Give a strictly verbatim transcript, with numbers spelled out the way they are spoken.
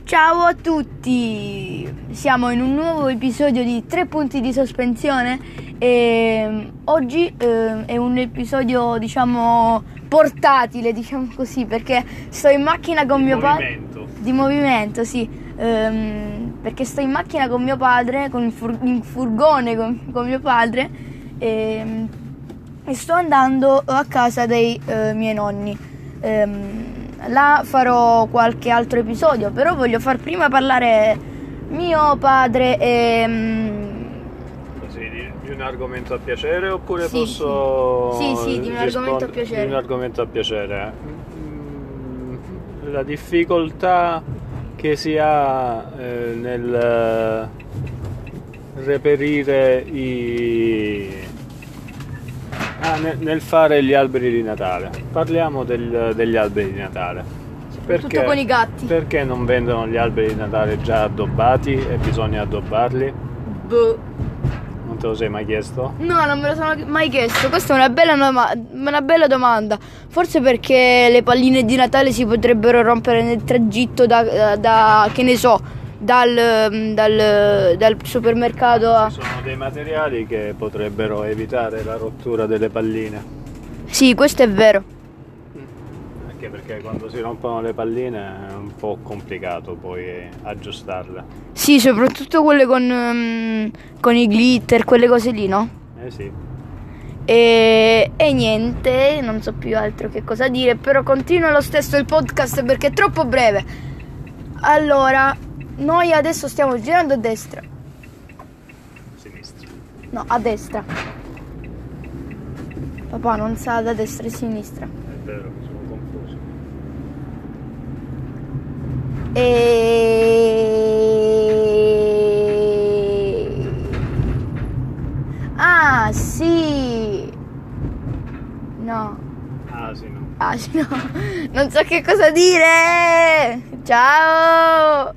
Ciao a tutti, siamo in un nuovo episodio di Tre punti di sospensione e oggi eh, è un episodio diciamo portatile, diciamo così, perché sto in macchina con di mio padre. Movimento. Di movimento, sì, ehm, perché sto in macchina con mio padre, con il fur- in furgone con, con mio padre e, e sto andando a casa dei eh, miei nonni. Ehm, Là farò qualche altro episodio, però voglio far prima parlare mio padre e... Così, di, di un argomento a piacere oppure Sì, posso... sì. Sì, sì, di un argomento a piacere. Di un argomento a piacere. Mm, La difficoltà che si ha eh, nel reperire i... Ah, nel, nel fare gli alberi di Natale. Parliamo del, degli alberi di Natale. Soprattutto con i gatti. Perché non vendono gli alberi di Natale già addobbati e bisogna addobbarli? Boh. Non te lo sei mai chiesto? No, non me lo sono mai chiesto. Questa è una bella, doma- una bella domanda. Forse perché le palline di Natale si potrebbero rompere nel tragitto da, da, da che ne so, dal, dal, dal supermercato a... Ci sono dei materiali che potrebbero evitare la rottura delle palline. Sì, questo è vero. Anche perché quando si rompono le palline è un po' complicato poi aggiustarle. Sì, soprattutto quelle con, um, con i glitter, quelle cose lì, no? Eh sì. E, e niente, non so più altro che cosa dire, però continua lo stesso il podcast perché è troppo breve. Allora, noi adesso stiamo girando a destra. A sinistra. No, a destra. Papà non sa da destra e sinistra. È vero, sono confuso. E... Ah, sì. No. Ah sì, no. Ah, sì, no. Non so che cosa dire. Ciao.